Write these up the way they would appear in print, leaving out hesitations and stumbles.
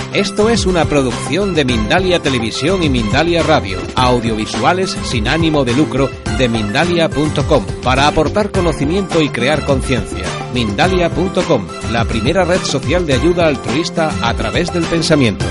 Esto es una producción de Mindalia Televisión y Mindalia Radio, audiovisuales sin ánimo de lucro de Mindalia.com, para aportar conocimiento y crear conciencia. Mindalia.com, la primera red social de ayuda altruista a través del pensamiento.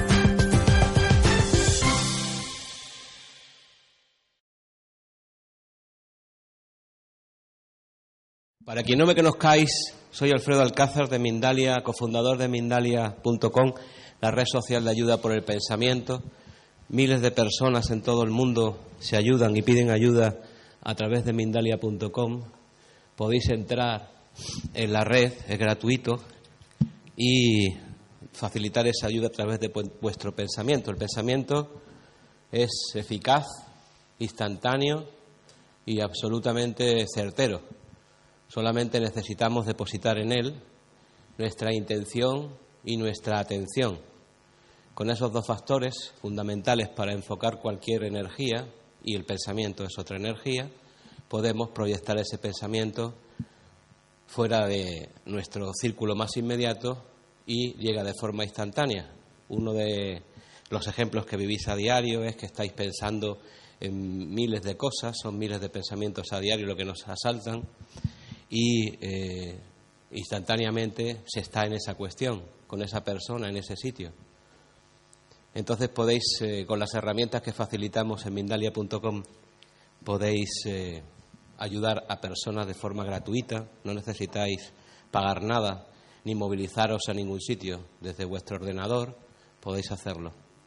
Para quien no me conozcáis, soy Alfredo Alcázar de Mindalia, cofundador de Mindalia.com, la red social de ayuda por el pensamiento. Miles de personas en todo el mundo se ayudan y piden ayuda a través de Mindalia.com. Podéis entrar en la red, es gratuito, y facilitar esa ayuda a través de vuestro pensamiento. El pensamiento es eficaz, instantáneo y absolutamente certero. Solamente necesitamos depositar en él nuestra intención y nuestra atención. Con esos dos factores fundamentales para enfocar cualquier energía, y el pensamiento es otra energía, podemos proyectar ese pensamiento fuera de nuestro círculo más inmediato y llega de forma instantánea. Uno de los ejemplos que vivís a diario es que estáis pensando en miles de cosas, son miles de pensamientos a diario lo que nos asaltan, y instantáneamente se está en esa cuestión, con esa persona, en ese sitio. Entonces podéis, con las herramientas que facilitamos en Mindalia.com, podéis ayudar a personas de forma gratuita, no necesitáis pagar nada, ni movilizaros a ningún sitio. Desde vuestro ordenador podéis hacerlo.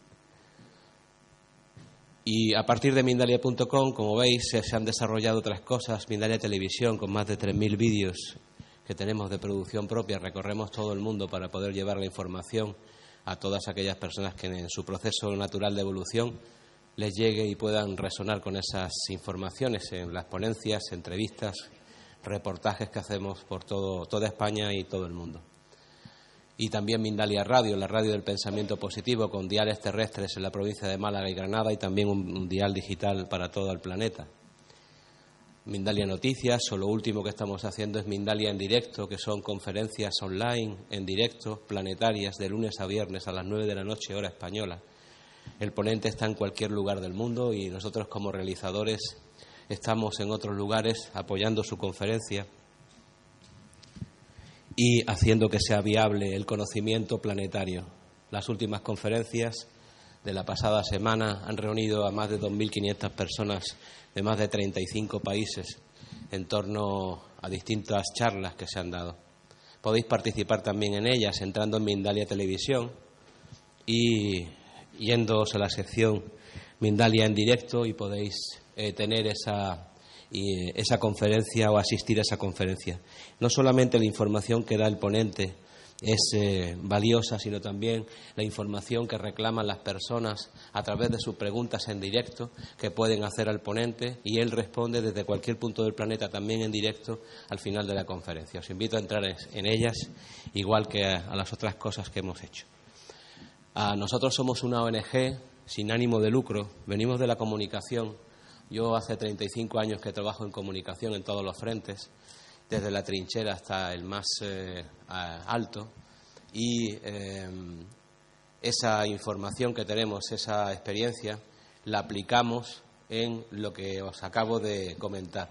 Y a partir de Mindalia.com, como veis, se han desarrollado otras cosas. Mindalia Televisión, con más de 3.000 vídeos que tenemos de producción propia. Recorremos todo el mundo para poder llevar la información a todas aquellas personas que en su proceso natural de evolución les llegue y puedan resonar con esas informaciones en las ponencias, entrevistas, reportajes que hacemos por toda España y todo el mundo. Y también Mindalia Radio, la radio del pensamiento positivo, con diales terrestres en la provincia de Málaga y Granada, y también un dial digital para todo el planeta. Mindalia Noticias, o lo último que estamos haciendo es Mindalia en directo, que son conferencias online en directo, planetarias, de lunes a viernes a las 9 de la noche, hora española. El ponente está en cualquier lugar del mundo y nosotros como realizadores estamos en otros lugares apoyando su conferencia y haciendo que sea viable el conocimiento planetario. Las últimas conferencias de la pasada semana han reunido a más de 2.500 personas de más de 35 países en torno a distintas charlas que se han dado. Podéis participar también en ellas entrando en Mindalia Televisión y yéndoos a la sección Mindalia en directo, y podéis tener esa conferencia o asistir a esa conferencia. No solamente la información que da el ponente es valiosa, sino también la información que reclaman las personas a través de sus preguntas en directo que pueden hacer al ponente, y él responde desde cualquier punto del planeta también en directo al final de la conferencia. Os invito a entrar en ellas, igual que a las otras cosas que hemos hecho. Nosotros somos una ONG sin ánimo de lucro, venimos de la comunicación. Yo hace 35 años que trabajo en comunicación en todos los frentes, desde la trinchera hasta el más alto, y esa información que tenemos, esa experiencia, la aplicamos en lo que os acabo de comentar.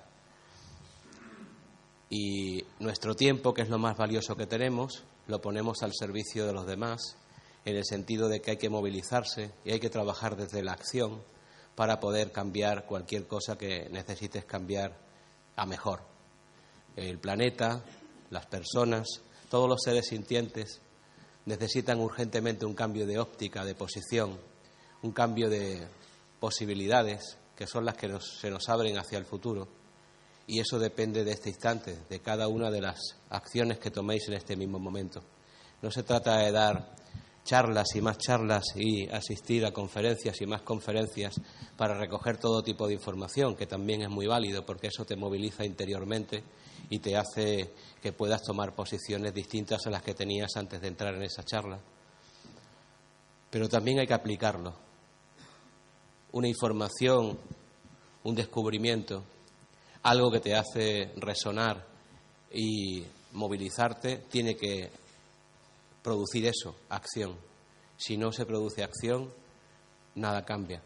Y nuestro tiempo, que es lo más valioso que tenemos, lo ponemos al servicio de los demás, en el sentido de que hay que movilizarse y hay que trabajar desde la acción para poder cambiar cualquier cosa que necesites cambiar a mejor. El planeta, las personas, todos los seres sintientes necesitan urgentemente un cambio de óptica, de posición, un cambio de posibilidades, que son las que se nos abren hacia el futuro. Y eso depende de este instante, de cada una de las acciones que toméis en este mismo momento. No se trata de dar charlas y más charlas y asistir a conferencias y más conferencias para recoger todo tipo de información, que también es muy válido, porque eso te moviliza interiormente y te hace que puedas tomar posiciones distintas a las que tenías antes de entrar en esa charla. Pero también hay que aplicarlo. Una información, un descubrimiento, algo que te hace resonar y movilizarte, tiene que producir eso, acción. si no se produce acción, nada cambia.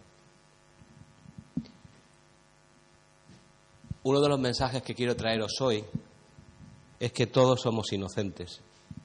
Uno de los mensajes que quiero traeros hoy es que todos somos inocentes.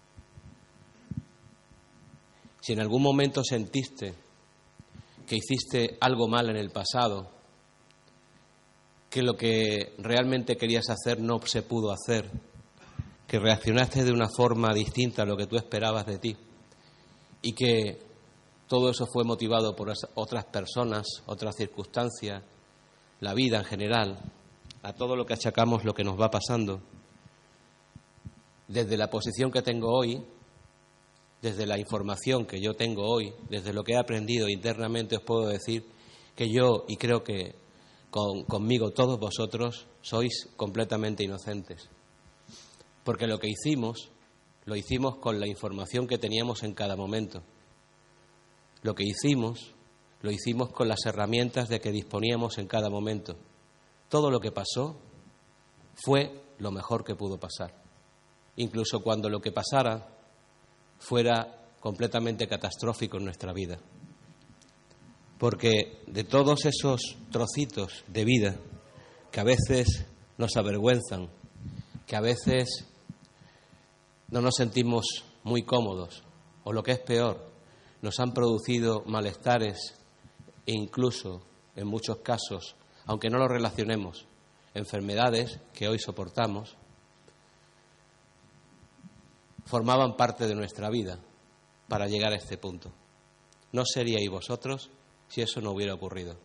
Si en algún momento sentiste que hiciste algo mal en el pasado, que lo que realmente querías hacer no se pudo hacer, que reaccionaste de una forma distinta a lo que tú esperabas de ti y que todo eso fue motivado por otras personas, otras circunstancias, la vida en general, a todo lo que achacamos lo que nos va pasando. Desde la posición que tengo hoy, desde la información que yo tengo hoy, desde lo que he aprendido internamente, os puedo decir que yo, y creo que conmigo todos vosotros, sois completamente inocentes. Porque lo que hicimos, lo hicimos con la información que teníamos en cada momento. Lo que hicimos, lo hicimos con las herramientas de que disponíamos en cada momento. Todo lo que pasó fue lo mejor que pudo pasar. Incluso cuando lo que pasara fuera completamente catastrófico en nuestra vida. Porque de todos esos trocitos de vida que a veces nos avergüenzan, que a veces no nos sentimos muy cómodos, o lo que es peor, nos han producido malestares e incluso, en muchos casos, aunque no lo relacionemos, enfermedades que hoy soportamos, formaban parte de nuestra vida para llegar a este punto. No seríais vosotros si eso no hubiera ocurrido.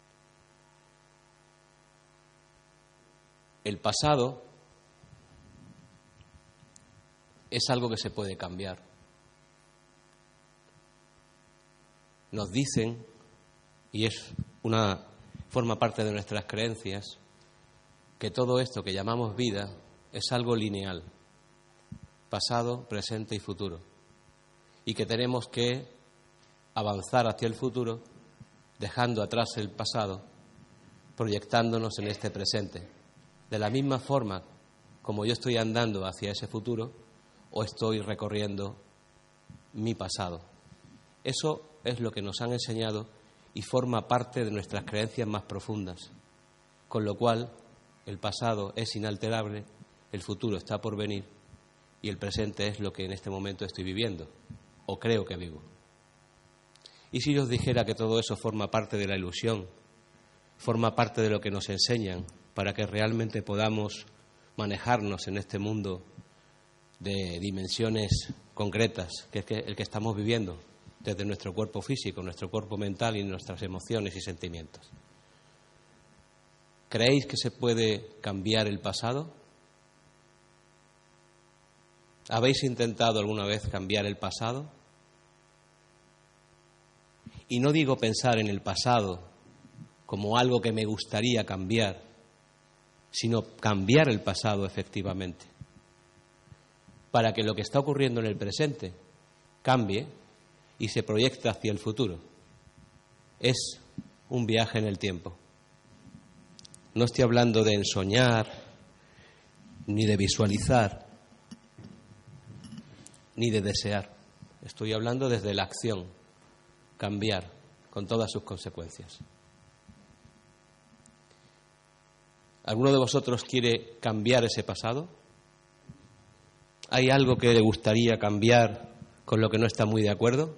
El pasado es algo que se puede cambiar. Nos dicen, y forma parte de nuestras creencias, que todo esto que llamamos vida es algo lineal, pasado, presente y futuro, y que tenemos que avanzar hacia el futuro, dejando atrás el pasado, proyectándonos en este presente. De la misma forma como yo estoy andando hacia ese futuro, o estoy recorriendo mi pasado. Eso es lo que nos han enseñado y forma parte de nuestras creencias más profundas, con lo cual el pasado es inalterable, el futuro está por venir y el presente es lo que en este momento estoy viviendo, o creo que vivo. Y si yo os dijera que todo eso forma parte de la ilusión, forma parte de lo que nos enseñan para que realmente podamos manejarnos en este mundo de dimensiones concretas, que es el que estamos viviendo, desde nuestro cuerpo físico, nuestro cuerpo mental y nuestras emociones y sentimientos. ¿Creéis que se puede cambiar el pasado? ¿Habéis intentado alguna vez cambiar el pasado? Y no digo pensar en el pasado como algo que me gustaría cambiar, sino cambiar el pasado efectivamente, para que lo que está ocurriendo en el presente cambie y se proyecte hacia el futuro. Es un viaje en el tiempo. No estoy hablando de ensoñar, ni de visualizar, ni de desear. Estoy hablando desde la acción, cambiar, con todas sus consecuencias. ¿Alguno de vosotros quiere cambiar ese pasado? ¿Hay algo que le gustaría cambiar con lo que no está muy de acuerdo?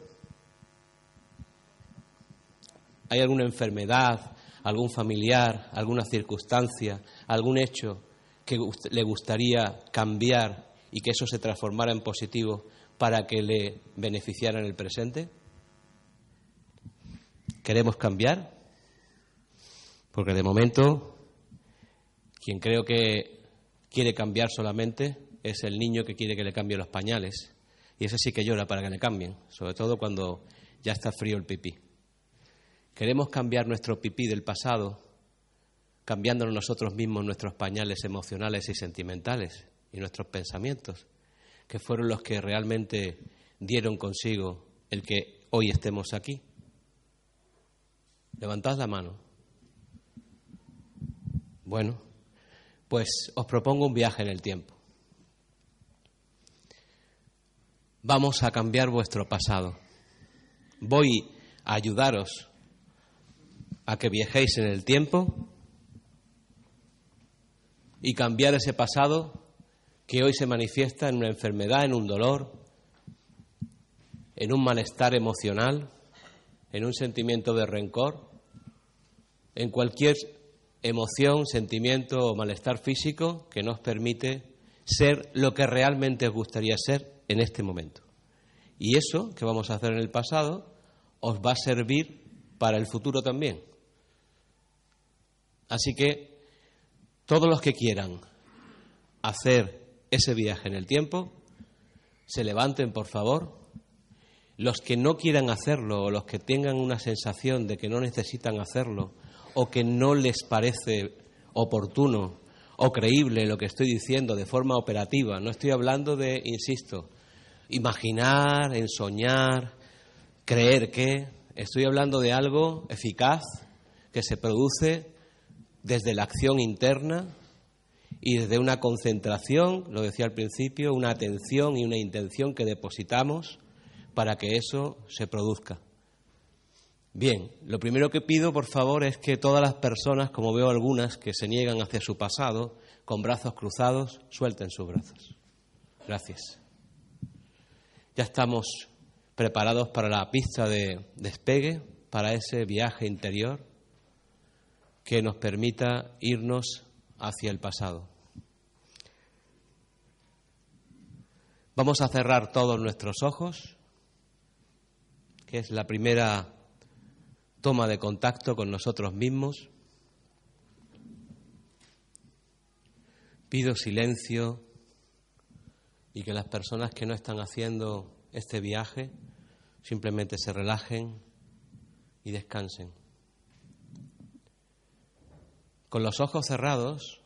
¿Hay alguna enfermedad, algún familiar, alguna circunstancia, algún hecho que le gustaría cambiar y que eso se transformara en positivo para que le beneficiara en el presente? ¿Queremos cambiar? Porque de momento, quien creo que quiere cambiar solamente es el niño que quiere que le cambien los pañales. Y ese sí que llora para que le cambien, sobre todo cuando ya está frío el pipí. Queremos cambiar nuestro pipí del pasado, cambiándonos nosotros mismos nuestros pañales emocionales y sentimentales y nuestros pensamientos, que fueron los que realmente dieron consigo el que hoy estemos aquí. Levantad la mano. Bueno, pues os propongo un viaje en el tiempo. Vamos a cambiar vuestro pasado. voy a ayudaros a que viajéis en el tiempo y cambiar ese pasado que hoy se manifiesta en una enfermedad, en un dolor, en un malestar emocional, en un sentimiento de rencor, en cualquier emoción, sentimiento o malestar físico que nos permite ser lo que realmente os gustaría ser en este momento. Y eso que vamos a hacer en el pasado os va a servir para el futuro también. Así que todos los que quieran hacer ese viaje en el tiempo, se levanten, por favor. Los que no quieran hacerlo o los que tengan una sensación de que no necesitan hacerlo o que no les parece oportuno o creíble lo que estoy diciendo de forma operativa, no estoy hablando de, insisto, imaginar, ensoñar, creer que, estoy hablando de algo eficaz que se produce desde la acción interna y desde una concentración, lo decía al principio, una atención y una intención que depositamos para que eso se produzca. Bien, lo primero que pido, por favor, es que todas las personas, como veo algunas que se niegan hacia su pasado, con brazos cruzados, suelten sus brazos. Gracias. Ya estamos preparados para la pista de despegue, para ese viaje interior que nos permita irnos hacia el pasado. Vamos a cerrar todos nuestros ojos, que es la primera toma de contacto con nosotros mismos. Pido silencio y que las personas que no están haciendo este viaje simplemente se relajen y descansen. Con los ojos cerrados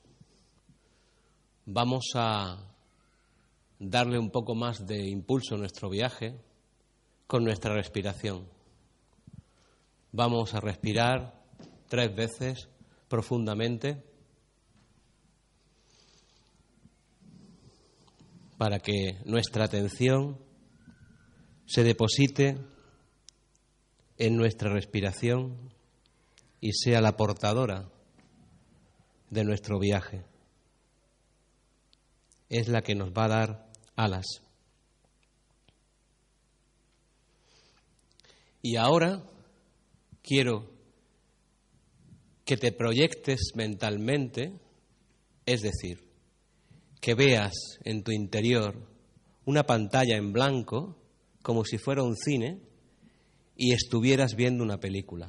vamos a darle un poco más de impulso a nuestro viaje con nuestra respiración. Vamos a respirar 3 veces profundamente para que nuestra atención se deposite en nuestra respiración y sea la portadora de nuestro viaje. Es la que nos va a dar alas. Y ahora quiero que te proyectes mentalmente, es decir, que veas en tu interior una pantalla en blanco, como si fuera un cine, y estuvieras viendo una película.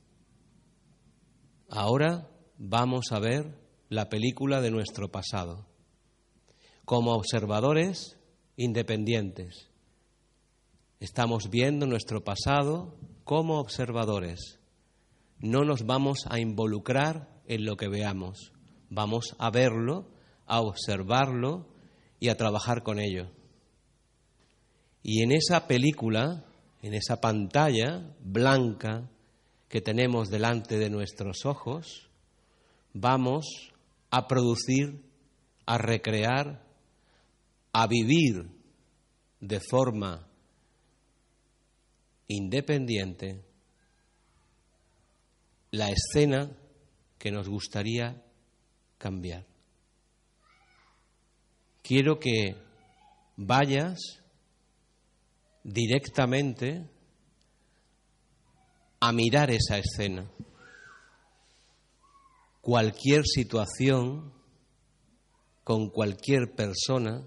Ahora vamos a ver la película de nuestro pasado, como observadores independientes. Estamos viendo nuestro pasado como observadores. No nos vamos a involucrar en lo que veamos. Vamos a verlo, a observarlo y a trabajar con ello. Y en esa película, en esa pantalla blanca que tenemos delante de nuestros ojos, vamos a producir, a recrear, a vivir de forma independiente la escena que nos gustaría cambiar. Quiero que vayas directamente a mirar esa escena. Cualquier situación, con cualquier persona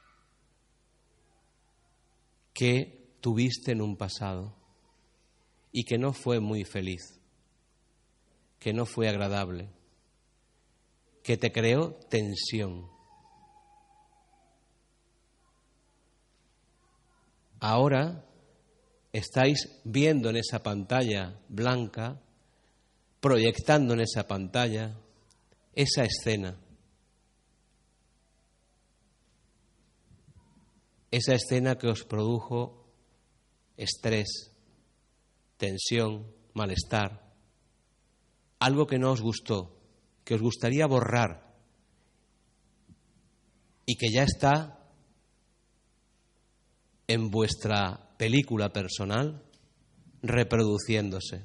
que tuviste en un pasado y que no fue muy feliz, que no fue agradable, que te creó tensión. Ahora estáis viendo en esa pantalla blanca, proyectando en esa pantalla esa escena. Esa escena que os produjo estrés, tensión, malestar, algo que no os gustó, que os gustaría borrar y que ya está en vuestra película personal reproduciéndose.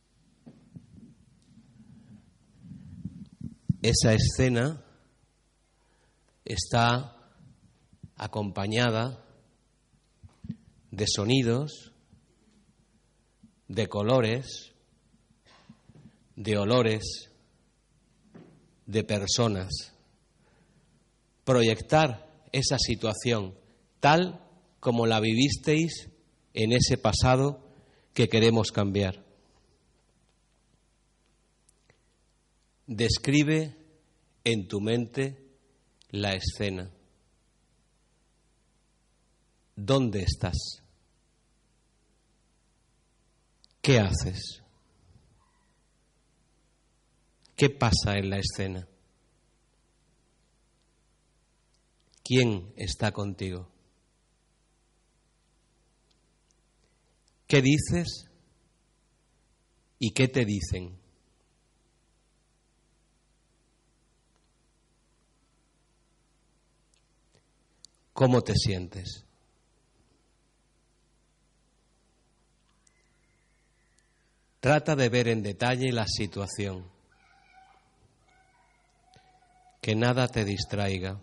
Esa escena está acompañada de sonidos, de colores, de olores, de personas. Proyectar esa situación tal como la vivisteis en ese pasado que queremos cambiar. Describe en tu mente la escena. ¿Dónde estás? ¿Qué haces? ¿Qué pasa en la escena? ¿Quién está contigo? ¿Qué dices y qué te dicen? ¿Cómo te sientes? Trata de ver en detalle la situación. Que nada te distraiga.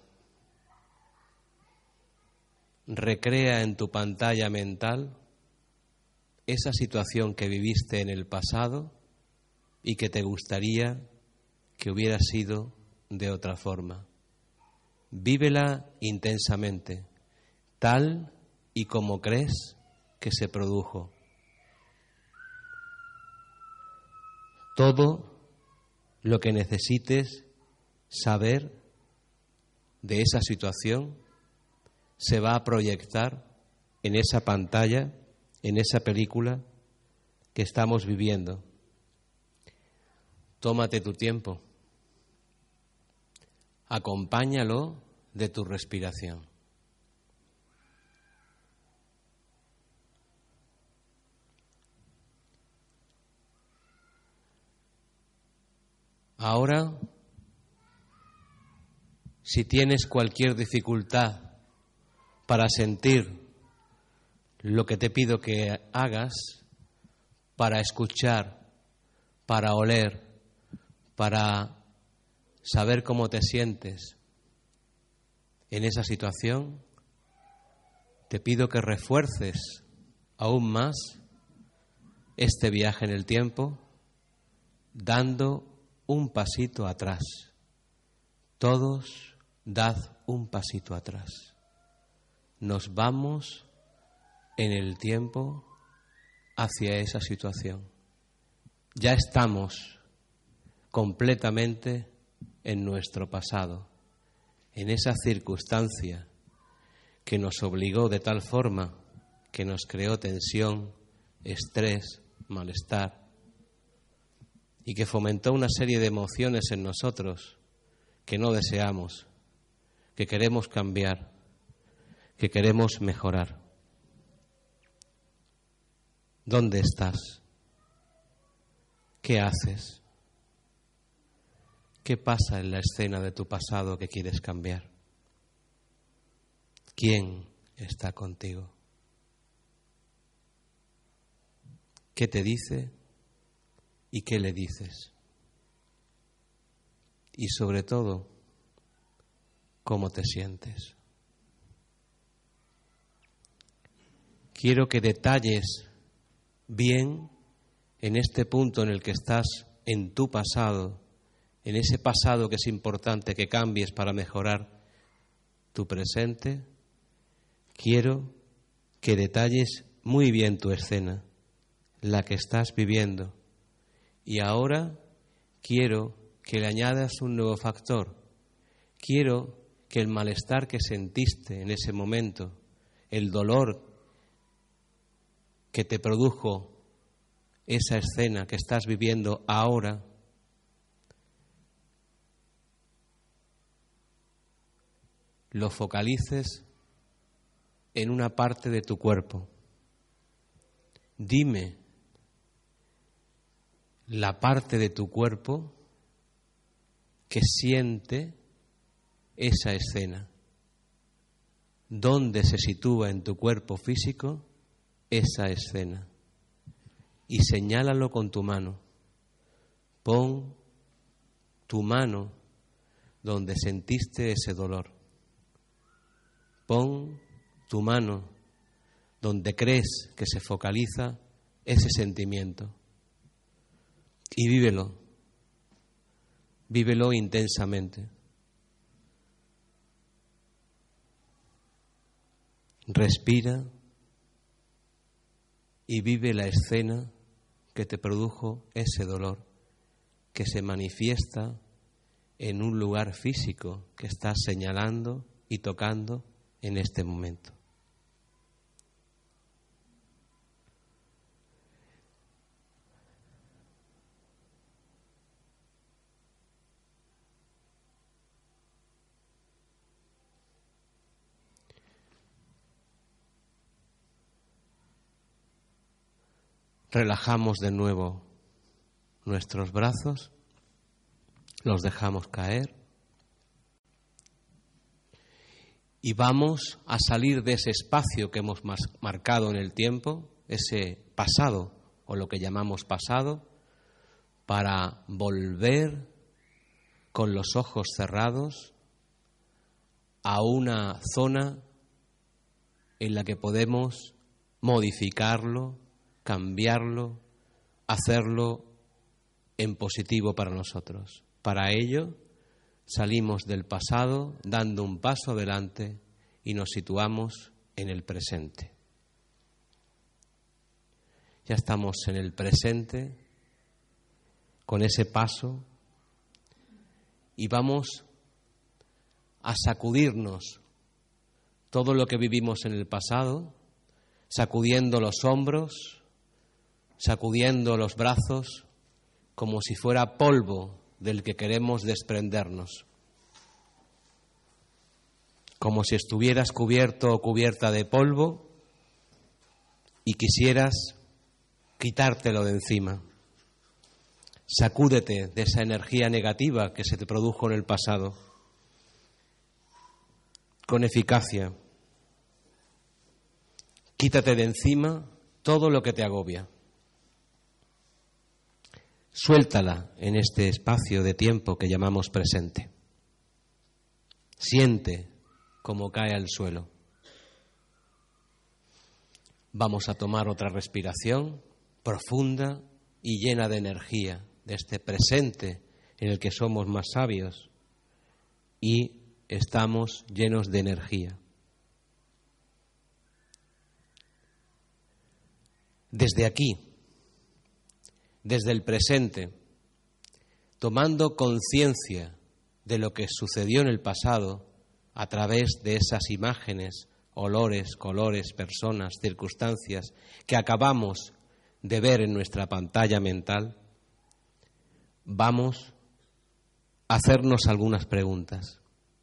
Recrea en tu pantalla mental esa situación que viviste en el pasado y que te gustaría que hubiera sido de otra forma. Vívela intensamente, tal y como crees que se produjo. Todo lo que necesites saber de esa situación se va a proyectar en esa pantalla, en esa película que estamos viviendo. Tómate tu tiempo. Acompáñalo de tu respiración. Ahora, si tienes cualquier dificultad para sentir lo que te pido que hagas, para escuchar, para oler, para saber cómo te sientes en esa situación, te pido que refuerces aún más este viaje en el tiempo, dando un pasito atrás. Todos dad un pasito atrás. Nos vamos en el tiempo hacia esa situación. Ya estamos completamente en nuestro pasado, en esa circunstancia que nos obligó de tal forma que nos creó tensión, estrés, malestar y que fomentó una serie de emociones en nosotros que no deseamos, que queremos cambiar, que queremos mejorar. ¿Dónde estás? ¿Qué haces? ¿Qué pasa en la escena de tu pasado que quieres cambiar? ¿Quién está contigo? ¿Qué te dice y qué le dices? Y sobre todo, ¿cómo te sientes? Quiero que detalles bien en este punto en el que estás en tu pasado, en ese pasado que es importante que cambies para mejorar tu presente. Quiero que detalles muy bien tu escena, la que estás viviendo. Y ahora quiero que le añadas un nuevo factor. Quiero que el malestar que sentiste en ese momento, el dolor que te produjo esa escena que estás viviendo ahora, lo focalices en una parte de tu cuerpo. Dime la parte de tu cuerpo que siente esa escena. ¿Dónde se sitúa en tu cuerpo físico esa escena? y señálalo con tu mano. Pon tu mano donde sentiste ese dolor. Pon tu mano donde crees que se focaliza ese sentimiento y vívelo. Vívelo intensamente. Respira y vive la escena que te produjo ese dolor, que se manifiesta en un lugar físico que estás señalando y tocando en este momento. Relajamos de nuevo nuestros brazos, los dejamos caer y vamos a salir de ese espacio que hemos marcado en el tiempo, ese pasado o lo que llamamos pasado, para volver con los ojos cerrados a una zona en la que podemos modificarlo, cambiarlo, hacerlo en positivo para nosotros. Para ello, salimos del pasado dando un paso adelante y nos situamos en el presente. Ya estamos en el presente con ese paso y vamos a sacudirnos todo lo que vivimos en el pasado, sacudiendo los hombros, sacudiendo los brazos como si fuera polvo del que queremos desprendernos, como si estuvieras cubierto o cubierta de polvo y quisieras quitártelo de encima. Sacúdete de esa energía negativa que se te produjo en el pasado con eficacia. Quítate de encima todo lo que te agobia. Suéltala en este espacio de tiempo que llamamos presente. Siente cómo cae al suelo. Vamos a tomar otra respiración profunda y llena de energía, de este presente en el que somos más sabios y estamos llenos de energía. Desde aquí, desde el presente, tomando conciencia de lo que sucedió en el pasado a través de esas imágenes, olores, colores, personas, circunstancias que acabamos de ver en nuestra pantalla mental, vamos a hacernos algunas preguntas.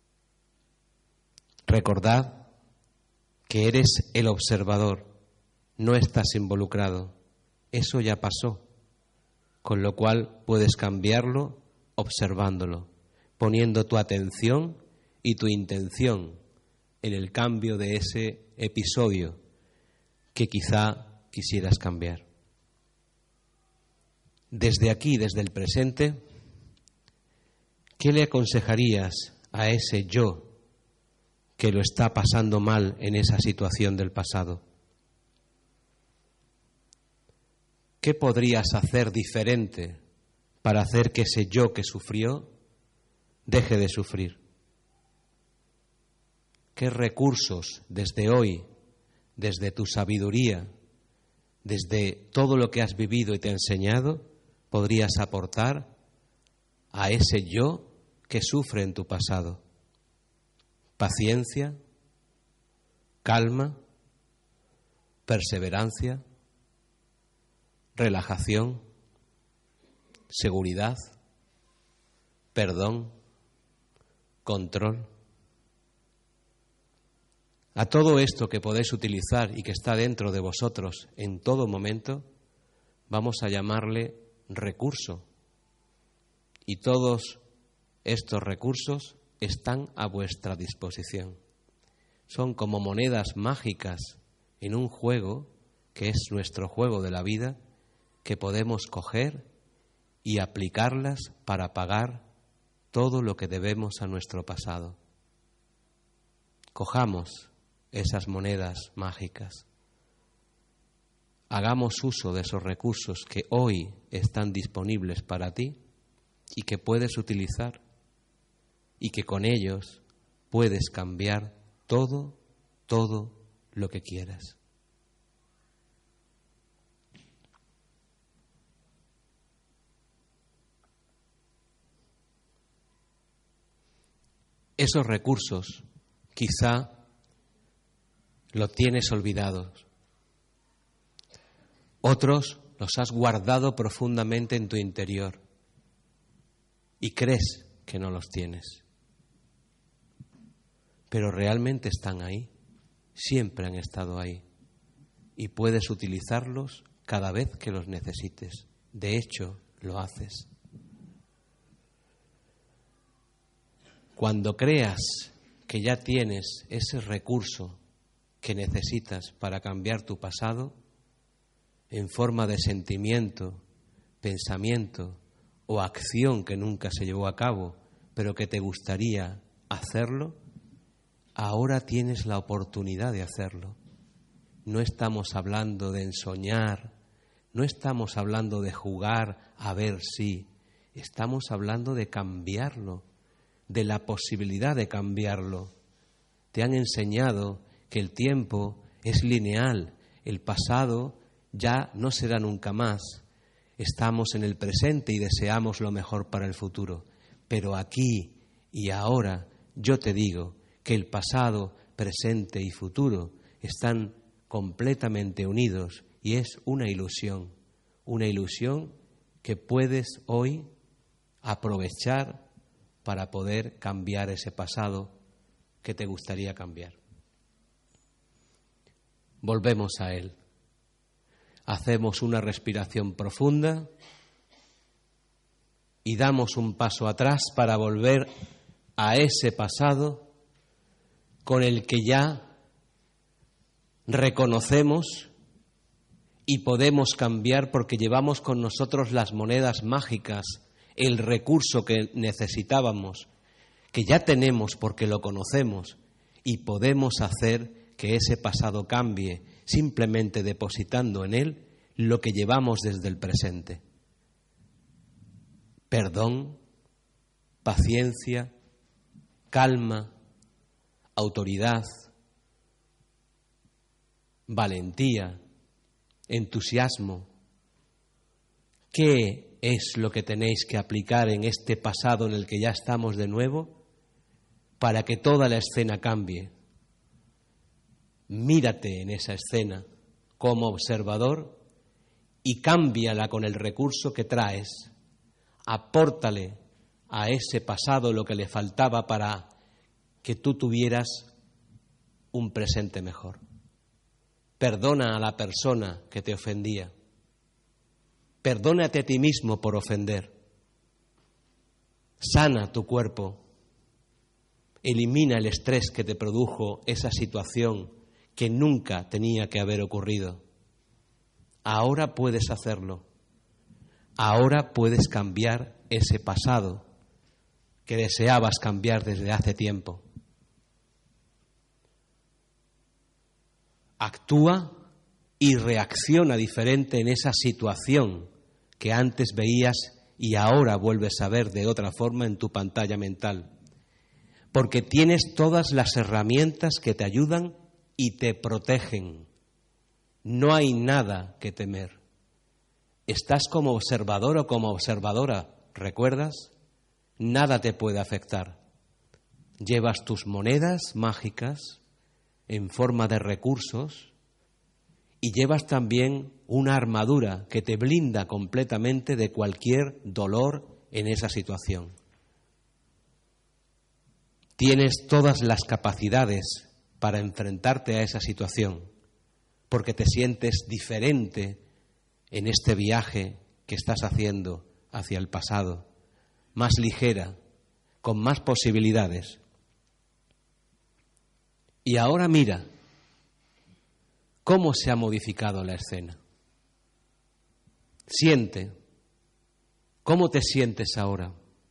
Recordad que eres el observador, no estás involucrado, eso ya pasó. Con lo cual puedes cambiarlo observándolo, poniendo tu atención y tu intención en el cambio de ese episodio que quizá quisieras cambiar. Desde aquí, desde el presente, ¿qué le aconsejarías a ese yo que lo está pasando mal en esa situación del pasado? ¿Qué podrías hacer diferente para hacer que ese yo que sufrió deje de sufrir? ¿Qué recursos desde hoy, desde tu sabiduría, desde todo lo que has vivido y te ha enseñado, podrías aportar a ese yo que sufre en tu pasado? Paciencia, calma, perseverancia, relajación, seguridad, perdón, control. A todo esto que podéis utilizar y que está dentro de vosotros en todo momento, vamos a llamarle recurso. Y todos estos recursos están a vuestra disposición. Son como monedas mágicas en un juego, que es nuestro juego de la vida, que podemos coger y aplicarlas para pagar todo lo que debemos a nuestro pasado. Cojamos esas monedas mágicas. Hagamos uso de esos recursos que hoy están disponibles para ti y que puedes utilizar y que con ellos puedes cambiar todo lo que quieras. Esos recursos quizá los tienes olvidados. Otros los has guardado profundamente en tu interior y crees que no los tienes. Pero realmente están ahí, siempre han estado ahí y puedes utilizarlos cada vez que los necesites. De hecho, lo haces. Cuando creas que ya tienes ese recurso que necesitas para cambiar tu pasado, en forma de sentimiento, pensamiento o acción que nunca se llevó a cabo, pero que te gustaría hacerlo, ahora tienes la oportunidad de hacerlo. No estamos hablando de ensoñar, no estamos hablando de jugar a ver si, estamos hablando de cambiarlo, de la posibilidad de cambiarlo. Te han enseñado que el tiempo es lineal, el pasado ya no será nunca más. Estamos en el presente y deseamos lo mejor para el futuro. Pero aquí y ahora yo te digo que el pasado, presente y futuro están completamente unidos y es una ilusión que puedes hoy aprovechar para poder cambiar ese pasado que te gustaría cambiar. Volvemos a él. Hacemos una respiración profunda y damos un paso atrás para volver a ese pasado con el que ya reconocemos y podemos cambiar porque llevamos con nosotros las monedas mágicas, el recurso que necesitábamos, que ya tenemos porque lo conocemos y podemos hacer que ese pasado cambie simplemente depositando en él lo que llevamos desde el presente. Perdón, paciencia, calma, autoridad, valentía, entusiasmo. ¿Qué es lo que tenéis que aplicar en este pasado en el que ya estamos de nuevo para que toda la escena cambie? Mírate en esa escena como observador y cámbiala con el recurso que traes. Apórtale a ese pasado lo que le faltaba para que tú tuvieras un presente mejor. Perdona a la persona que te ofendía. Perdónate a ti mismo por ofender. Sana tu cuerpo. Elimina el estrés que te produjo esa situación que nunca tenía que haber ocurrido. Ahora puedes hacerlo. Ahora puedes cambiar ese pasado que deseabas cambiar desde hace tiempo. Actúa y reacciona diferente en esa situación que antes veías y ahora vuelves a ver de otra forma en tu pantalla mental. Porque tienes todas las herramientas que te ayudan y te protegen. No hay nada que temer. Estás como observador o como observadora, ¿recuerdas? Nada te puede afectar. Llevas tus monedas mágicas en forma de recursos y llevas también una armadura que te blinda completamente de cualquier dolor en esa situación. Tienes todas las capacidades para enfrentarte a esa situación, porque te sientes diferente en este viaje que estás haciendo hacia el pasado, más ligera, con más posibilidades. Y ahora mira cómo se ha modificado la escena. Siente. ¿Cómo te sientes ahora?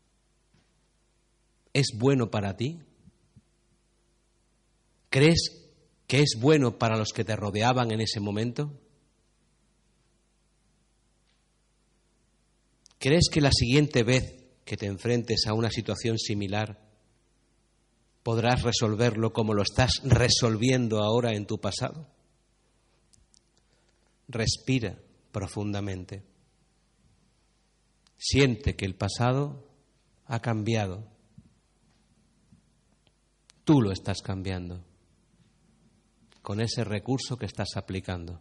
¿Es bueno para ti? ¿Crees que es bueno para los que te rodeaban en ese momento? ¿Crees que la siguiente vez que te enfrentes a una situación similar podrás resolverlo como lo estás resolviendo ahora en tu pasado? Respira profundamente. Siente que el pasado ha cambiado. Tú lo estás cambiando con ese recurso que estás aplicando.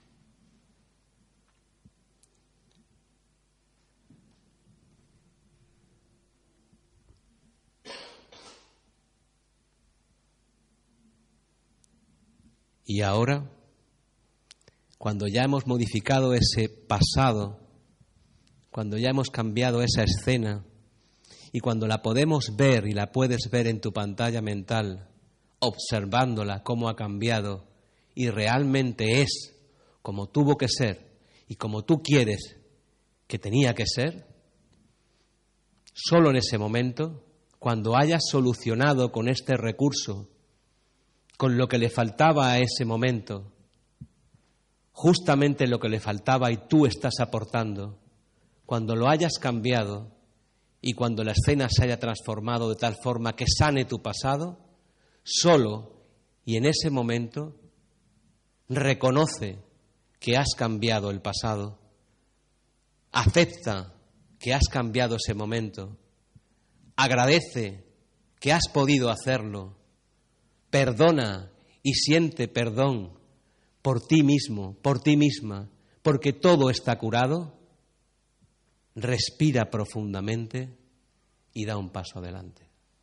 Y ahora, cuando ya hemos modificado ese pasado, cuando ya hemos cambiado esa escena y cuando la podemos ver y la puedes ver en tu pantalla mental, observándola cómo ha cambiado y realmente es como tuvo que ser y como tú quieres que tenía que ser, solo en ese momento, cuando hayas solucionado con este recurso, con lo que le faltaba a ese momento, justamente lo que le faltaba y tú estás aportando, cuando lo hayas cambiado y cuando la escena se haya transformado de tal forma que sane tu pasado, solo y en ese momento reconoce que has cambiado el pasado, acepta que has cambiado ese momento, agradece que has podido hacerlo, perdona y siente perdón por ti mismo, por ti misma, porque todo está curado. Respira profundamente y da un paso adelante.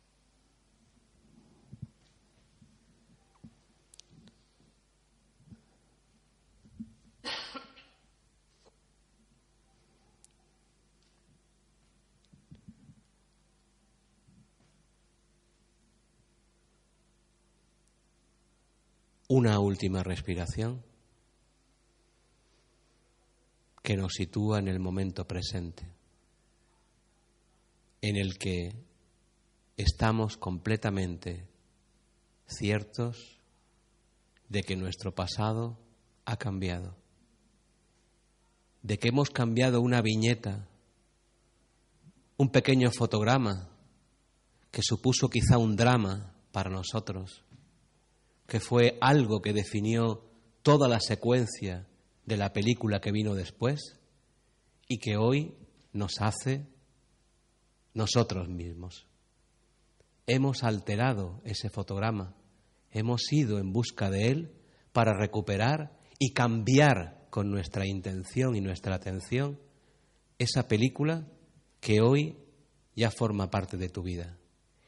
Una última respiración que nos sitúa en el momento presente, en el que estamos completamente ciertos de que nuestro pasado ha cambiado, de que hemos cambiado una viñeta, un pequeño fotograma que supuso quizá un drama para nosotros, que fue algo que definió toda la secuencia de la película que vino después y que hoy nos hace nosotros mismos. Hemos alterado ese fotograma, hemos ido en busca de él para recuperar y cambiar con nuestra intención y nuestra atención esa película que hoy ya forma parte de tu vida.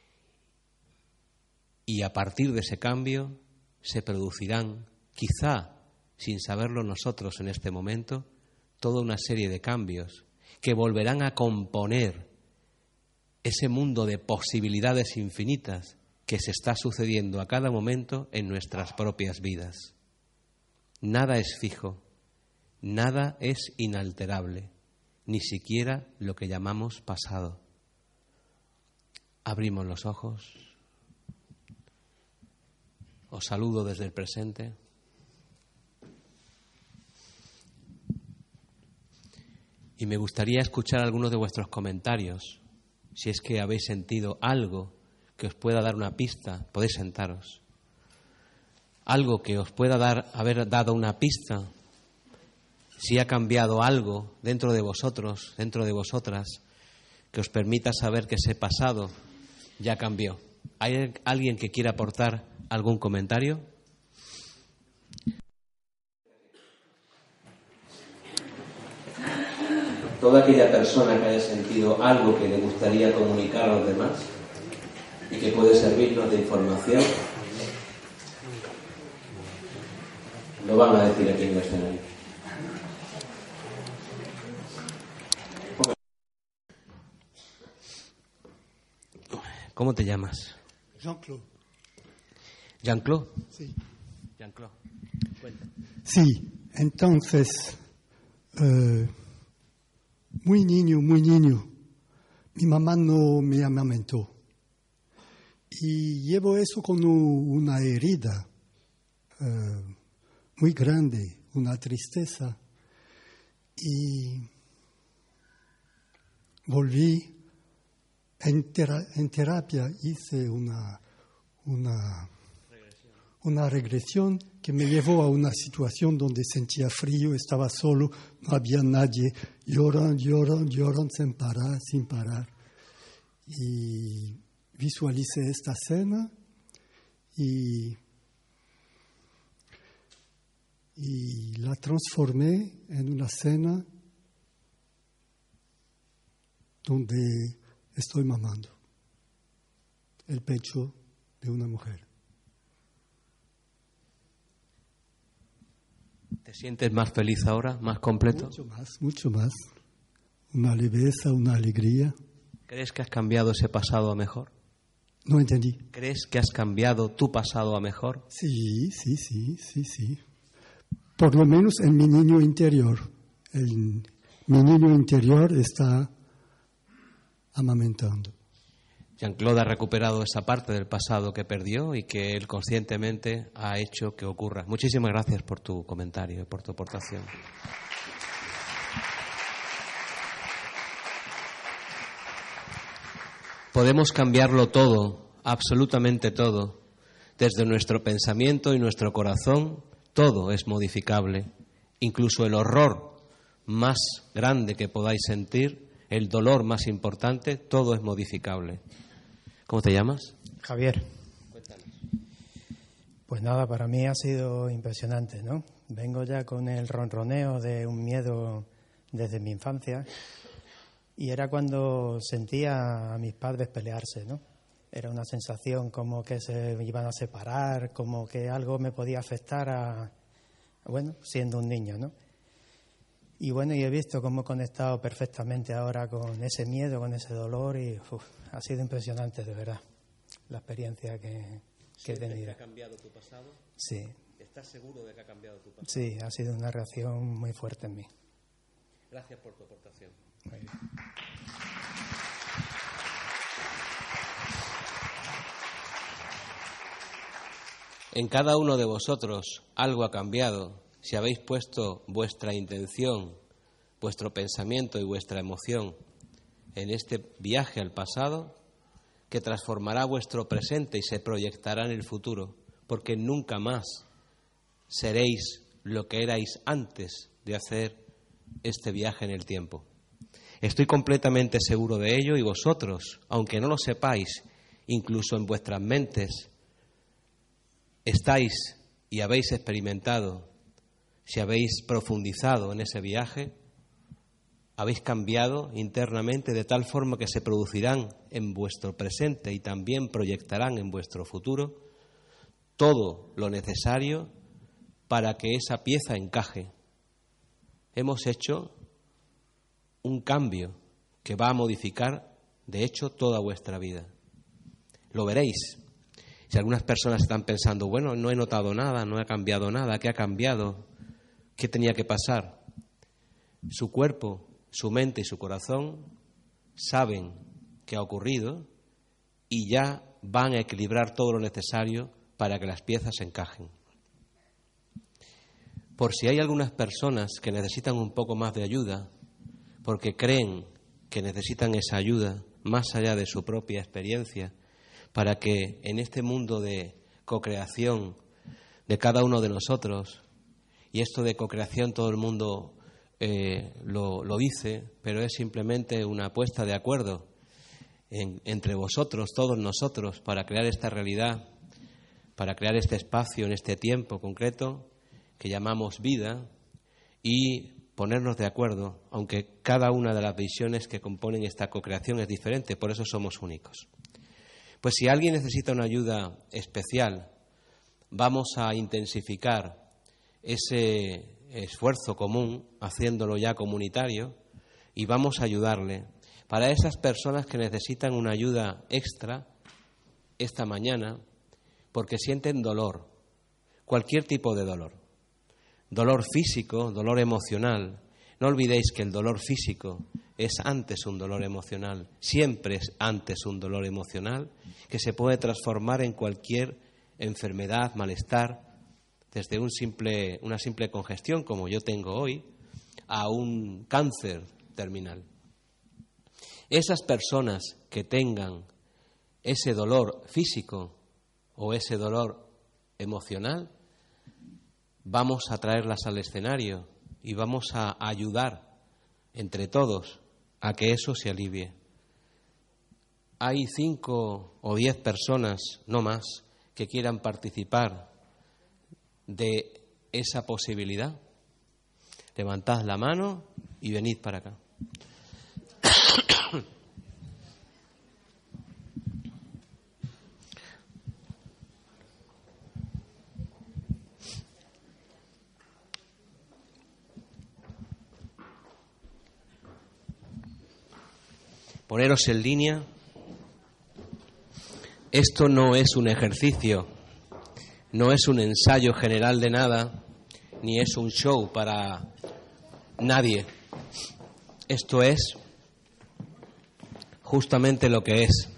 Y a partir de ese cambio se producirán, quizá sin saberlo nosotros en este momento, toda una serie de cambios que volverán a componer ese mundo de posibilidades infinitas que se está sucediendo a cada momento en nuestras propias vidas. Nada es fijo, nada es inalterable, ni siquiera lo que llamamos pasado. Abrimos los ojos. Os saludo desde el presente. Y me gustaría escuchar algunos de vuestros comentarios. Si es que habéis sentido algo que os pueda dar una pista, podéis sentaros. Algo que os pueda haber dado una pista, si ha cambiado algo dentro de vosotros, dentro de vosotras, que os permita saber que ese pasado ya cambió. ¿Hay alguien que quiera aportar algún comentario? Toda aquella persona que haya sentido algo que le gustaría comunicar a los demás y que puede servirnos de información, lo van a decir aquí en el escenario. ¿Cómo te llamas? Jean-Claude. ¿Jean-Claude? Sí. Jean-Claude, cuenta. Sí, entonces muy niño, mi mamá no me amamantó. Y llevo eso con una herida muy grande, una tristeza. Y volví en terapia, hice una regresión que me llevó a una situación donde sentía frío, estaba solo, no había nadie, lloran sin parar. Y visualicé esta escena y la transformé en una escena donde estoy mamando el pecho de una mujer. ¿Te sientes más feliz ahora, más completo? Mucho más. Una leveza, una alegría. ¿Crees que has cambiado ese pasado a mejor? No entendí. ¿Crees que has cambiado tu pasado a mejor? Sí. Por lo menos en mi niño interior. Mi niño interior está amamantando. Jean-Claude ha recuperado esa parte del pasado que perdió y que él conscientemente ha hecho que ocurra. Muchísimas gracias por tu comentario y por tu aportación. Podemos cambiarlo todo, absolutamente todo. Desde nuestro pensamiento y nuestro corazón, todo es modificable. Incluso el horror más grande que podáis sentir, el dolor más importante, todo es modificable. ¿Cómo te llamas? Javier. Cuéntanos. Pues nada, para mí ha sido impresionante, ¿no? Vengo ya con el ronroneo de un miedo desde mi infancia y era cuando sentía a mis padres pelearse, ¿no? Era una sensación como que se iban a separar, como que algo me podía afectar siendo un niño, ¿no? Y bueno, y he visto cómo he conectado perfectamente ahora con ese miedo, con ese dolor y ha sido impresionante, de verdad, la experiencia que he tenido. ¿Que ha cambiado tu pasado? Sí. ¿Estás seguro de que ha cambiado tu pasado? Sí, ha sido una reacción muy fuerte en mí. Gracias por tu aportación. Muy bien. En cada uno de vosotros algo ha cambiado. Si habéis puesto vuestra intención, vuestro pensamiento y vuestra emoción en este viaje al pasado, que transformará vuestro presente y se proyectará en el futuro, porque nunca más seréis lo que erais antes de hacer este viaje en el tiempo. Estoy completamente seguro de ello y vosotros, aunque no lo sepáis, incluso en vuestras mentes, estáis y habéis experimentado, si habéis profundizado en ese viaje, habéis cambiado internamente de tal forma que se producirán en vuestro presente y también proyectarán en vuestro futuro todo lo necesario para que esa pieza encaje. Hemos hecho un cambio que va a modificar, de hecho, toda vuestra vida. Lo veréis. Si algunas personas están pensando, bueno, no he notado nada, no ha cambiado nada, ¿qué ha cambiado? ¿Qué tenía que pasar? Su cuerpo, su mente y su corazón saben qué ha ocurrido y ya van a equilibrar todo lo necesario para que las piezas encajen. Por si hay algunas personas que necesitan un poco más de ayuda, porque creen que necesitan esa ayuda más allá de su propia experiencia, para que en este mundo de cocreación de cada uno de nosotros, y esto de cocreación todo el mundo lo dice, pero es simplemente una puesta de acuerdo entre vosotros, todos nosotros, para crear esta realidad, para crear este espacio en este tiempo concreto que llamamos vida y ponernos de acuerdo, aunque cada una de las visiones que componen esta cocreación es diferente, por eso somos únicos. Pues si alguien necesita una ayuda especial, vamos a intensificar ese esfuerzo común, haciéndolo ya comunitario, y vamos a ayudarle. Para esas personas que necesitan una ayuda extra esta mañana, porque sienten dolor, cualquier tipo de dolor, dolor físico, dolor emocional. No olvidéis que el dolor físico es antes un dolor emocional, siempre es antes un dolor emocional que se puede transformar en cualquier enfermedad, malestar, desde una simple congestión como yo tengo hoy, a un cáncer terminal. Esas personas que tengan ese dolor físico o ese dolor emocional, vamos a traerlas al escenario y vamos a ayudar entre todos a que eso se alivie. Hay 5 o 10 personas, no más, que quieran participar de esa posibilidad. Levantad la mano y venid para acá. Poneros en línea. Esto no es un ejercicio, no es un ensayo general de nada, ni es un show para nadie. Esto es justamente lo que es.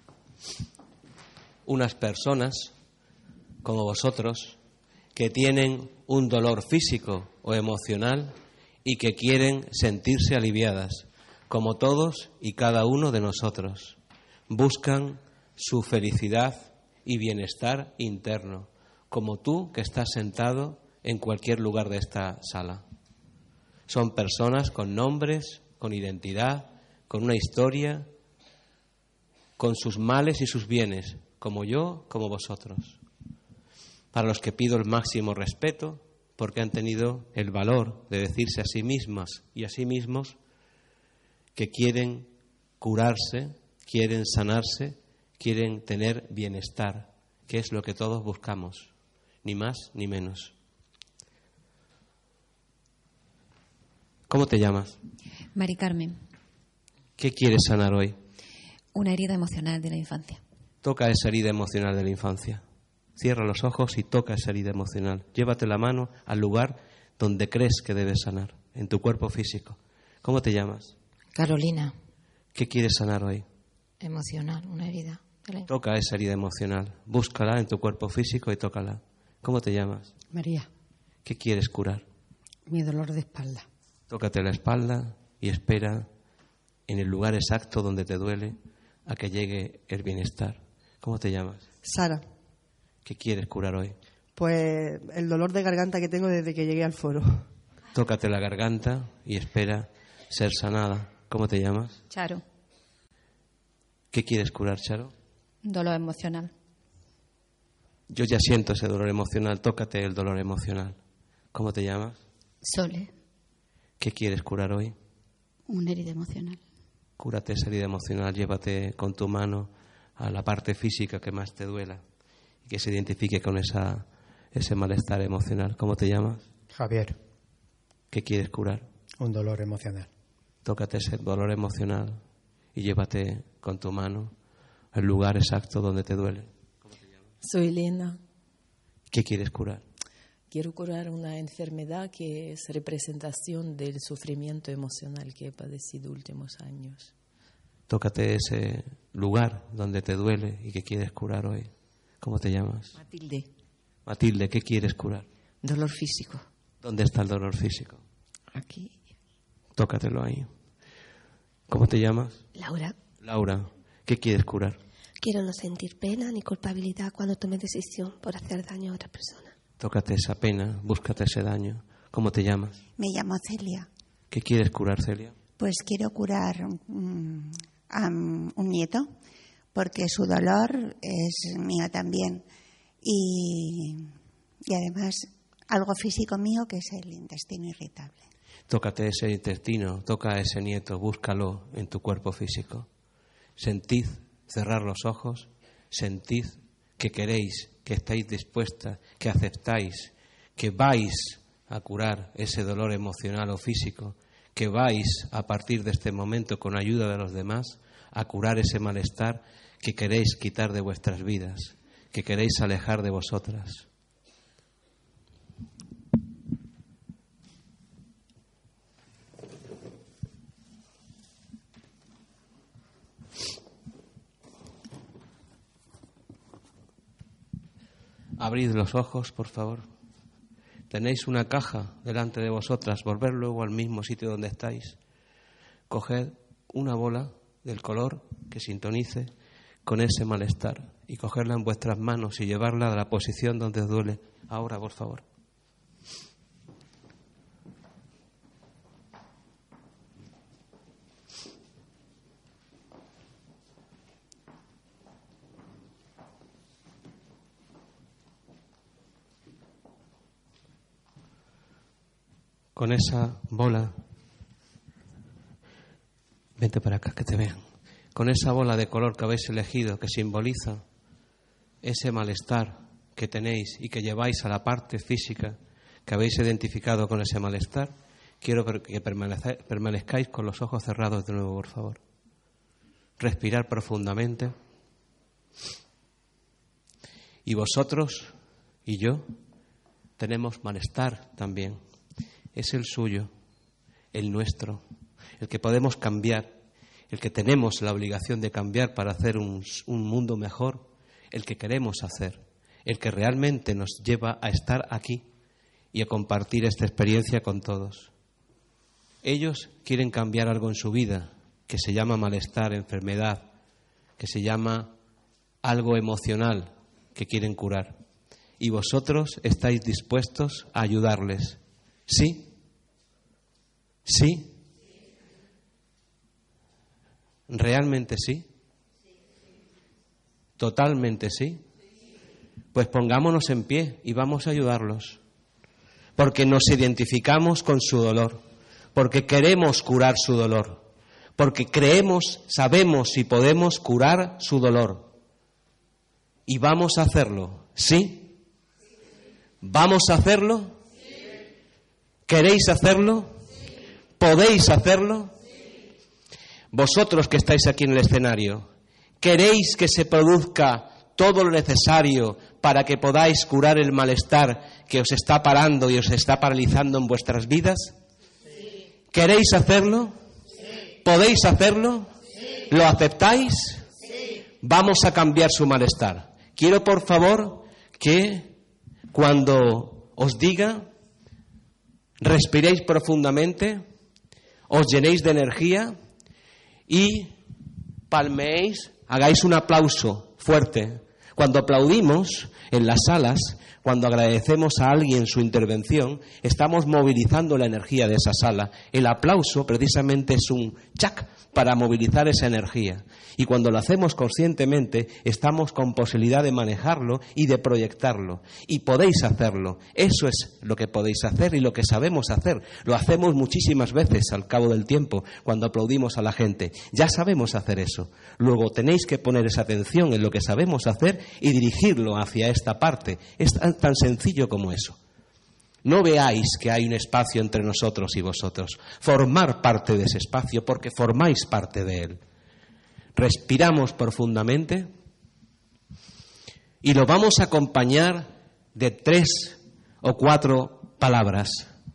Unas personas como vosotros que tienen un dolor físico o emocional y que quieren sentirse aliviadas, como todos y cada uno de nosotros. Buscan su felicidad y bienestar interno, como tú que estás sentado en cualquier lugar de esta sala. Son personas con nombres, con identidad, con una historia, con sus males y sus bienes, como yo, como vosotros. Para los que pido el máximo respeto, porque han tenido el valor de decirse a sí mismas y a sí mismos que quieren curarse, quieren sanarse, quieren tener bienestar, que es lo que todos buscamos, ni más ni menos. ¿Cómo te llamas? Mari Carmen. ¿Qué quieres sanar hoy? Una herida emocional de la infancia. Toca esa herida emocional de la infancia. Cierra los ojos y toca esa herida emocional. Llévate la mano al lugar donde crees que debes sanar, en tu cuerpo físico. ¿Cómo te llamas? Carolina. ¿Qué quieres sanar hoy? Emocional, una herida. Toca esa herida emocional. Búscala en tu cuerpo físico y tócala. ¿Cómo te llamas? María. ¿Qué quieres curar? Mi dolor de espalda. Tócate la espalda y espera en el lugar exacto donde te duele a que llegue el bienestar. ¿Cómo te llamas? Sara. ¿Qué quieres curar hoy? Pues el dolor de garganta que tengo desde que llegué al foro. Tócate la garganta y espera ser sanada. ¿Cómo te llamas? Charo. ¿Qué quieres curar, Charo? Dolor emocional. Yo ya siento ese dolor emocional. Tócate el dolor emocional. ¿Cómo te llamas? Sole. ¿Qué quieres curar hoy? Una herida emocional. Cúrate esa herida emocional. Llévate con tu mano a la parte física que más te duela y que se identifique con ese malestar emocional. ¿Cómo te llamas? Javier. ¿Qué quieres curar? Un dolor emocional. Tócate ese dolor emocional y llévate con tu mano al lugar exacto donde te duele. ¿Cómo te llamas? Soy Elena. ¿Qué quieres curar? Quiero curar una enfermedad que es representación del sufrimiento emocional que he padecido últimos años. Tócate ese lugar donde te duele y que quieres curar hoy. ¿Cómo te llamas? Matilde. Matilde, ¿qué quieres curar? Dolor físico. ¿Dónde está el dolor físico? Aquí. Tócatelo ahí. ¿Cómo te llamas? Laura. Laura, ¿qué quieres curar? Quiero no sentir pena ni culpabilidad cuando tome decisión por hacer daño a otra persona. Tócate esa pena, búscate ese daño. ¿Cómo te llamas? Me llamo Celia. ¿Qué quieres curar, Celia? Pues quiero curar a un nieto, porque su dolor es mío también. Y además algo físico mío que es el intestino irritable. Tócate ese intestino, toca a ese nieto, búscalo en tu cuerpo físico. Sentid, cerrar los ojos, sentid que queréis, que estáis dispuestas, que aceptáis, que vais a curar ese dolor emocional o físico, que vais a partir de este momento con ayuda de los demás a curar ese malestar que queréis quitar de vuestras vidas, que queréis alejar de vosotras. Abrid los ojos, por favor. Tenéis una caja delante de vosotras. Volver luego al mismo sitio donde estáis. Coged una bola del color que sintonice con ese malestar y cogerla en vuestras manos y llevarla a la posición donde os duele. Ahora, por favor. Con esa bola, vente para acá que te vean, con esa bola de color que habéis elegido, que simboliza ese malestar que tenéis y que lleváis a la parte física que habéis identificado con ese malestar, quiero que permanezcáis con los ojos cerrados de nuevo, por favor. Respirar profundamente. Y vosotros y yo tenemos malestar también. Es el suyo, el nuestro, el que podemos cambiar, el que tenemos la obligación de cambiar para hacer un mundo mejor, el que queremos hacer, el que realmente nos lleva a estar aquí y a compartir esta experiencia con todos. Ellos quieren cambiar algo en su vida, que se llama malestar, enfermedad, que se llama algo emocional que quieren curar. Y vosotros estáis dispuestos a ayudarles. ¿Sí? ¿Sí? ¿Realmente sí? ¿Totalmente sí? Pues pongámonos en pie y vamos a ayudarlos. Porque nos identificamos con su dolor, porque queremos curar su dolor, porque creemos, sabemos y podemos curar su dolor. Y vamos a hacerlo, ¿sí? ¿Vamos a hacerlo? ¿Queréis hacerlo? ¿Podéis hacerlo? Vosotros que estáis aquí en el escenario, ¿queréis que se produzca todo lo necesario para que podáis curar el malestar que os está parando y os está paralizando en vuestras vidas? Sí. ¿Queréis hacerlo? Sí. ¿Podéis hacerlo? Sí. ¿Lo aceptáis? Sí. Vamos a cambiar su malestar. Quiero, por favor, que cuando os diga, respiréis profundamente, os llenéis de energía y palmeéis, hagáis un aplauso fuerte. Cuando aplaudimos en las salas, cuando agradecemos a alguien su intervención, estamos movilizando la energía de esa sala. El aplauso precisamente es un chac para movilizar esa energía. Y cuando lo hacemos conscientemente, estamos con posibilidad de manejarlo y de proyectarlo. Y podéis hacerlo. Eso es lo que podéis hacer y lo que sabemos hacer. Lo hacemos muchísimas veces al cabo del tiempo cuando aplaudimos a la gente. Ya sabemos hacer eso. Luego tenéis que poner esa atención en lo que sabemos hacer y dirigirlo hacia esta parte. Es tan sencillo como eso. No veáis que hay un espacio entre nosotros y vosotros. Formar parte de ese espacio porque formáis parte de él. Respiramos profundamente y lo vamos a acompañar de 3 o 4 palabras.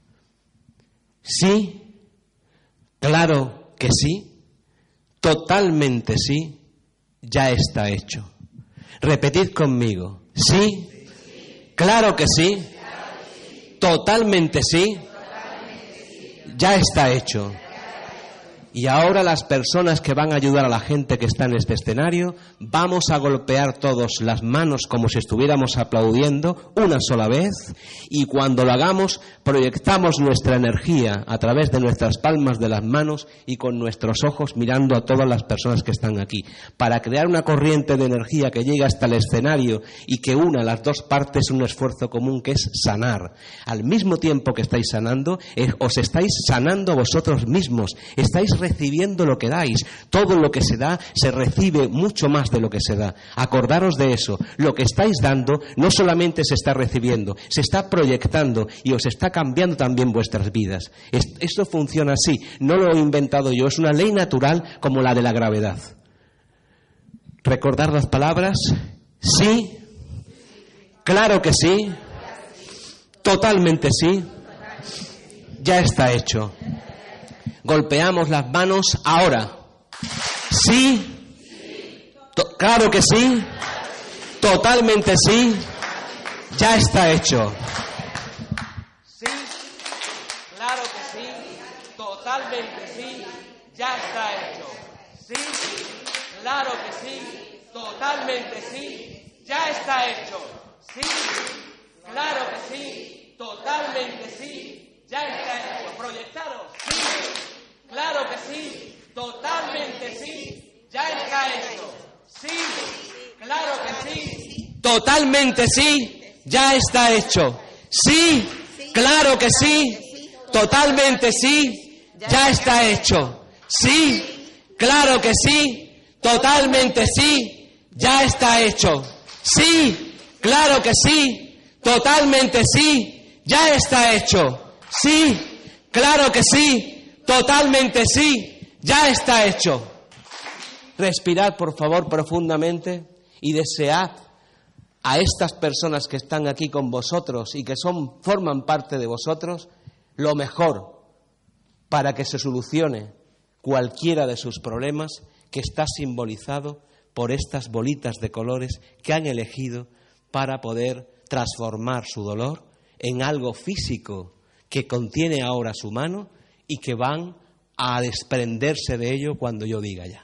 Sí, claro que sí, totalmente sí, ya está hecho. Repetid conmigo. Sí, claro que sí, totalmente sí, ya está hecho. Y ahora las personas que van a ayudar a la gente que está en este escenario, vamos a golpear todos las manos como si estuviéramos aplaudiendo una sola vez, y cuando lo hagamos proyectamos nuestra energía a través de nuestras palmas de las manos y con nuestros ojos mirando a todas las personas que están aquí, para crear una corriente de energía que llegue hasta el escenario y que una las dos partes en un esfuerzo común que es sanar. Al mismo tiempo que estáis sanando, os estáis sanando vosotros mismos, estáis recibiendo lo que dais. Todo lo que se da se recibe mucho más de lo que se da. Acordaros de eso. Lo que estáis dando no solamente se está recibiendo, se está proyectando y os está cambiando también vuestras vidas. Esto funciona así. No lo he inventado yo. Es una ley natural como la de la gravedad. Recordar las palabras. Sí. Claro que sí. Totalmente sí. Ya está hecho. Golpeamos las manos ahora. Sí. Claro que sí. Totalmente sí. ya está hecho. Sí, claro que sí, totalmente sí, ya está hecho. Sí, claro que sí, totalmente sí, ya está hecho. Sí, claro que sí, totalmente sí, ya está hecho. Proyectaros. Sí, claro que sí, totalmente sí, ya está hecho. Sí, claro que sí, totalmente sí, ya está hecho. Sí, claro que sí, totalmente sí, ya está hecho. Sí, claro que sí, totalmente sí, ya está hecho. Sí, claro que sí, totalmente sí, ya está hecho. Sí, claro que sí, totalmente sí, ya está hecho. Respirad, por favor, profundamente y desead a estas personas que están aquí con vosotros y que forman parte de vosotros lo mejor para que se solucione cualquiera de sus problemas, que está simbolizado por estas bolitas de colores que han elegido para poder transformar su dolor en algo físico que contiene ahora su mano y que van a desprenderse de ello cuando yo diga ya.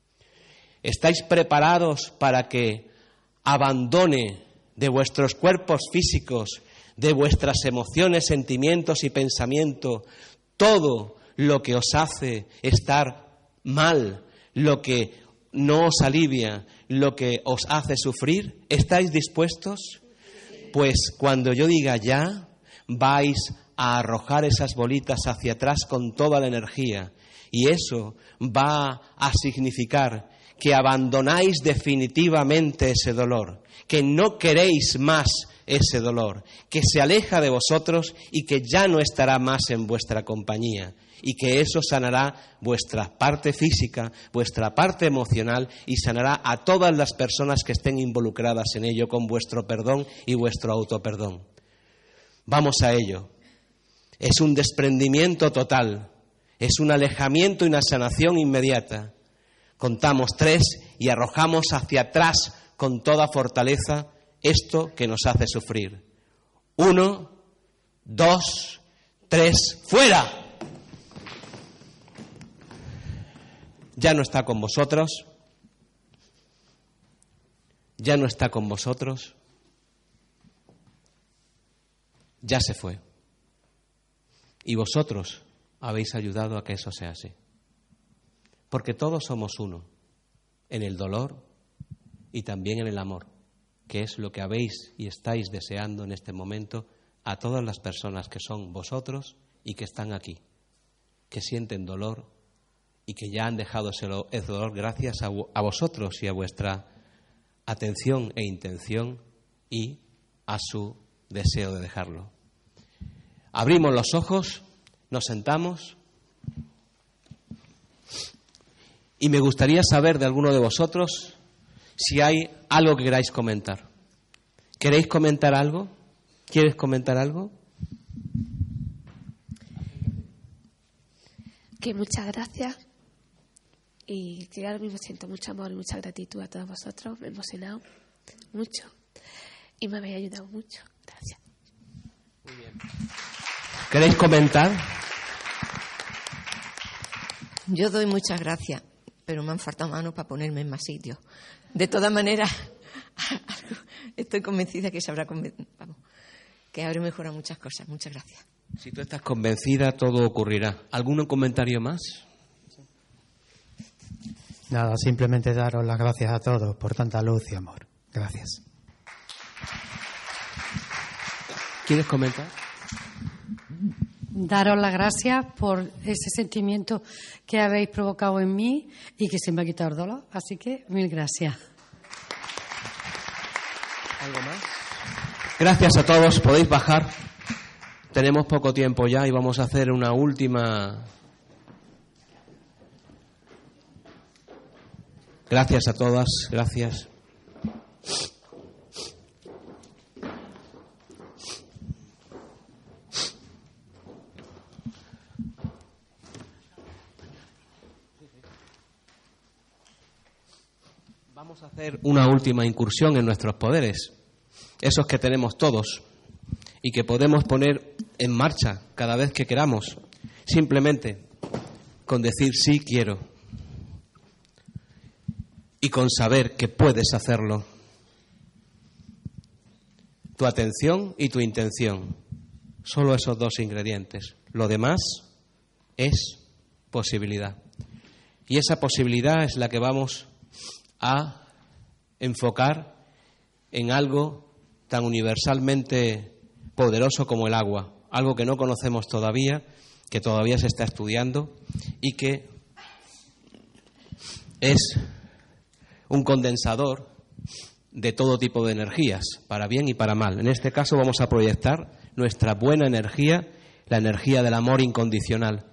¿Estáis preparados para que abandone de vuestros cuerpos físicos, de vuestras emociones, sentimientos y pensamientos, todo lo que os hace estar mal, lo que no os alivia, lo que os hace sufrir? ¿Estáis dispuestos? Pues cuando yo diga ya, vais a arrojar esas bolitas hacia atrás con toda la energía, y eso va a significar que abandonáis definitivamente ese dolor, que no queréis más ese dolor, que se aleja de vosotros y que ya no estará más en vuestra compañía, y que eso sanará vuestra parte física, vuestra parte emocional, y sanará a todas las personas que estén involucradas en ello con vuestro perdón y vuestro autoperdón. Vamos a ello. Es un desprendimiento total, es un alejamiento y una sanación inmediata. Contamos 3 y arrojamos hacia atrás con toda fortaleza esto que nos hace sufrir. 1, 2, 3, ¡fuera! Ya no está con vosotros. Ya no está con vosotros. Ya se fue. Y vosotros habéis ayudado a que eso sea así. Porque todos somos uno, en el dolor y también en el amor, que es lo que habéis y estáis deseando en este momento a todas las personas que son vosotros y que están aquí, que sienten dolor y que ya han dejado ese dolor gracias a vosotros y a vuestra atención e intención y a su deseo de dejarlo. Abrimos los ojos, nos sentamos. Y me gustaría saber de alguno de vosotros si hay algo que queráis comentar. ¿Queréis comentar algo? ¿Quieres comentar algo? Que muchas gracias y que ahora mismo siento mucho amor y mucha gratitud a todos vosotros. Me he emocionado mucho y me habéis ayudado mucho. Gracias. Muy bien. ¿Queréis comentar? Yo doy muchas gracias, pero me han faltado manos para ponerme en más sitios. De todas maneras, estoy convencida que se habrá que habré mejorado muchas cosas. Muchas gracias. Si tú estás convencida, todo ocurrirá. ¿Algún comentario más? Nada, simplemente daros las gracias a todos por tanta luz y amor. Gracias. ¿Quieres comentar? Daros las gracias por ese sentimiento que habéis provocado en mí y que se me ha quitado el dolor. Así que, mil gracias. ¿Algo más? Gracias a todos. Podéis bajar. Tenemos poco tiempo ya y vamos a hacer una última. Gracias a todas. Gracias. Vamos a hacer una última incursión en nuestros poderes. esos que tenemos todos y que podemos poner en marcha cada vez que queramos, simplemente con decir sí quiero y con saber que puedes hacerlo. Tu atención y tu intención, solo esos dos ingredientes. Lo demás es posibilidad. Y esa posibilidad es la que vamos a enfocar en algo tan universalmente poderoso como el agua, algo que no conocemos todavía, que todavía se está estudiando y que es un condensador de todo tipo de energías, para bien y para mal. En este caso vamos a proyectar nuestra buena energía, la energía del amor incondicional.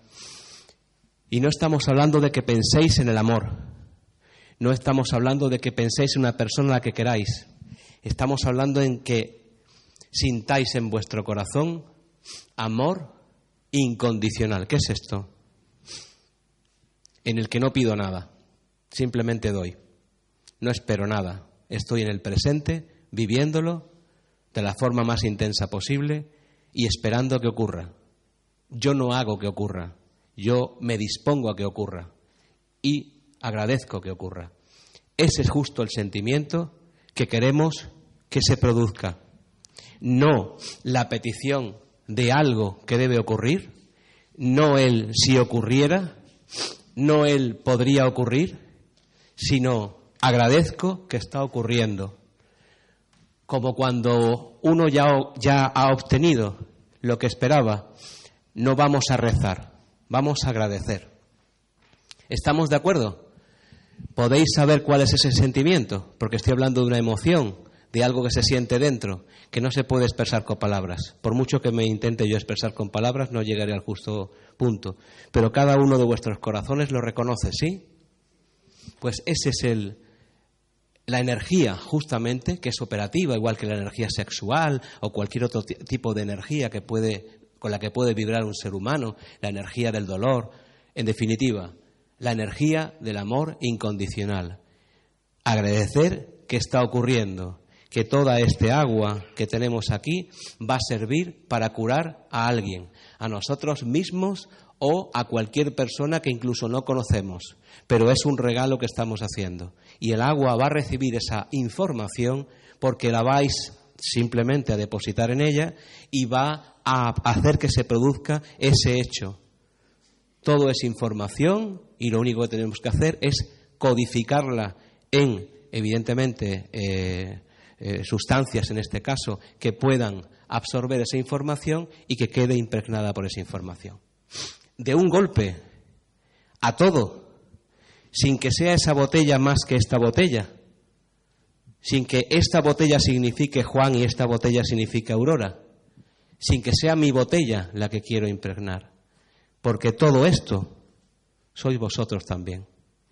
Y no estamos hablando de que penséis en el amor, no estamos hablando de que penséis en una persona a la que queráis, estamos hablando en que sintáis en vuestro corazón amor incondicional. ¿Qué es esto? En el que no pido nada, simplemente doy, no espero nada. Estoy en el presente, viviéndolo de la forma más intensa posible y esperando que ocurra. Yo no hago que ocurra, yo me dispongo a que ocurra y agradezco que ocurra. Ese es justo el sentimiento que queremos que se produzca. No la petición de algo que debe ocurrir, no el si ocurriera, no el podría ocurrir, sino agradezco que está ocurriendo. Como cuando uno ya ha obtenido lo que esperaba, no vamos a rezar, vamos a agradecer. ¿Estamos de acuerdo? ¿Podéis saber cuál es ese sentimiento? Porque estoy hablando de una emoción, de algo que se siente dentro, que no se puede expresar con palabras. Por mucho que me intente yo expresar con palabras, no llegaré al justo punto. Pero cada uno de vuestros corazones lo reconoce, ¿sí? Pues ese es la energía, justamente, que es operativa, igual que la energía sexual o cualquier otro tipo de energía con la que puede vibrar un ser humano, la energía del dolor, en definitiva, la energía del amor incondicional. Agradecer que está ocurriendo, que toda este agua que tenemos aquí va a servir para curar a alguien, a nosotros mismos o a cualquier persona que incluso no conocemos, pero es un regalo que estamos haciendo. Y el agua va a recibir esa información porque la vais simplemente a depositar en ella y va a hacer que se produzca ese hecho. Todo es información y lo único que tenemos que hacer es codificarla en, evidentemente, sustancias, en este caso, que puedan absorber esa información y que quede impregnada por esa información. De un golpe, a todo, sin que sea esa botella más que esta botella, sin que esta botella signifique Juan y esta botella signifique Aurora, sin que sea mi botella la que quiero impregnar, porque todo esto sois vosotros también.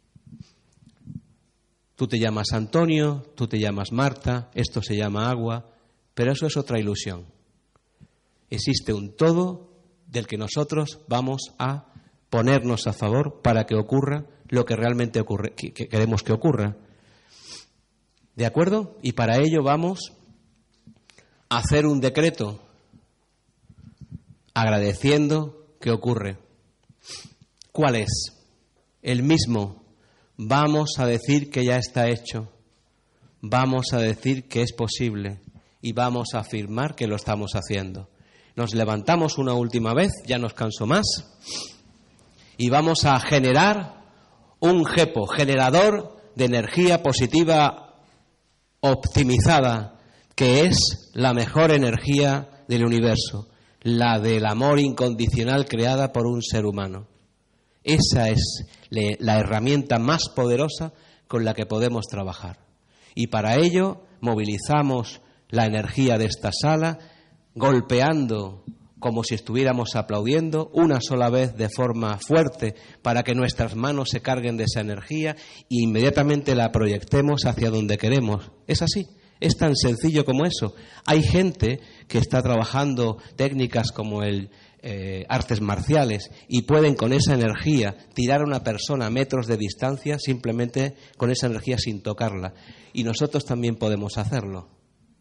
Tú te llamas Antonio, tú te llamas Marta, esto se llama agua, pero eso es otra ilusión. Existe un todo del que nosotros vamos a ponernos a favor para que ocurra lo que realmente que queremos que ocurra. ¿De acuerdo? Y para ello vamos a hacer un decreto agradeciendo que ocurre. ¿Cuál es? El mismo. Vamos a decir que ya está hecho. Vamos a decir que es posible y vamos a afirmar que lo estamos haciendo. Nos levantamos una última vez, ya no os canso más, y vamos a generar un GEPO, generador de energía positiva optimizada, que es la mejor energía del universo, la del amor incondicional creada por un ser humano. Esa es la herramienta más poderosa con la que podemos trabajar. Y para ello movilizamos la energía de esta sala, golpeando como si estuviéramos aplaudiendo una sola vez de forma fuerte para que nuestras manos se carguen de esa energía e inmediatamente la proyectemos hacia donde queremos. Es así, es tan sencillo como eso. Hay gente que está trabajando técnicas como artes marciales y pueden con esa energía tirar a una persona a metros de distancia simplemente con esa energía sin tocarla. Y nosotros también podemos hacerlo.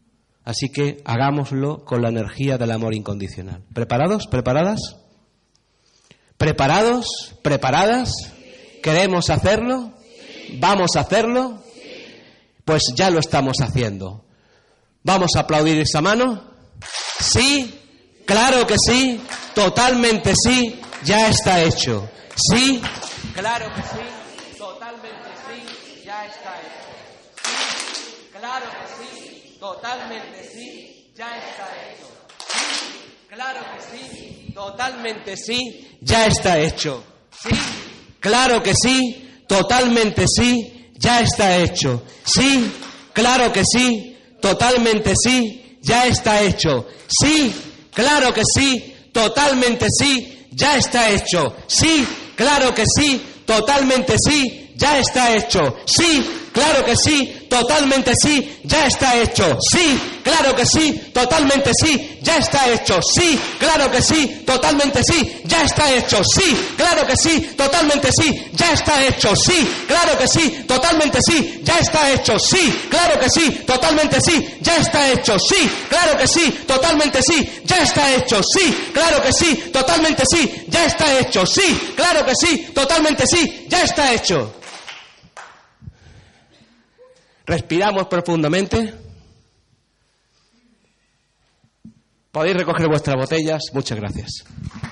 Así que hagámoslo con la energía del amor incondicional. ¿Preparados? ¿Preparadas? ¿Preparados? ¿Preparadas? ¿Queremos hacerlo? ¿Vamos a hacerlo? Pues ya lo estamos haciendo. ¿Vamos a aplaudir esa mano? ¿Sí? Claro que sí. Totalmente sí. Ya está hecho. ¿Sí? Claro que sí. Totalmente sí. Ya está hecho. ¿Sí? Claro que sí. Totalmente sí. Ya está hecho. ¿Sí? Claro que sí. Totalmente sí. Ya está hecho. ¿Sí? Claro que sí. Totalmente sí. Ya está hecho. ¿Sí? Claro que sí. Totalmente sí. Ya está hecho. Sí. Claro que sí. Totalmente sí. Ya está hecho. Sí. Claro que sí. Totalmente sí. Ya está hecho. Sí. Claro que sí. Totalmente sí. Ya está hecho. Sí. Claro que sí. Totalmente sí. Ya está hecho. Sí. Claro que sí. Totalmente sí. Ya está hecho. Sí. Claro que sí. Totalmente sí. Ya está hecho. Sí. Claro que sí. Totalmente sí. Ya está hecho. Sí. Claro que sí. Totalmente sí. Ya está hecho. Sí. Claro que sí. Totalmente sí. Ya está hecho. Sí. Claro que sí. Totalmente sí. Ya está hecho. Sí. Claro que sí. Totalmente sí. Ya está hecho. Respiramos profundamente. Podéis recoger vuestras botellas. Muchas gracias.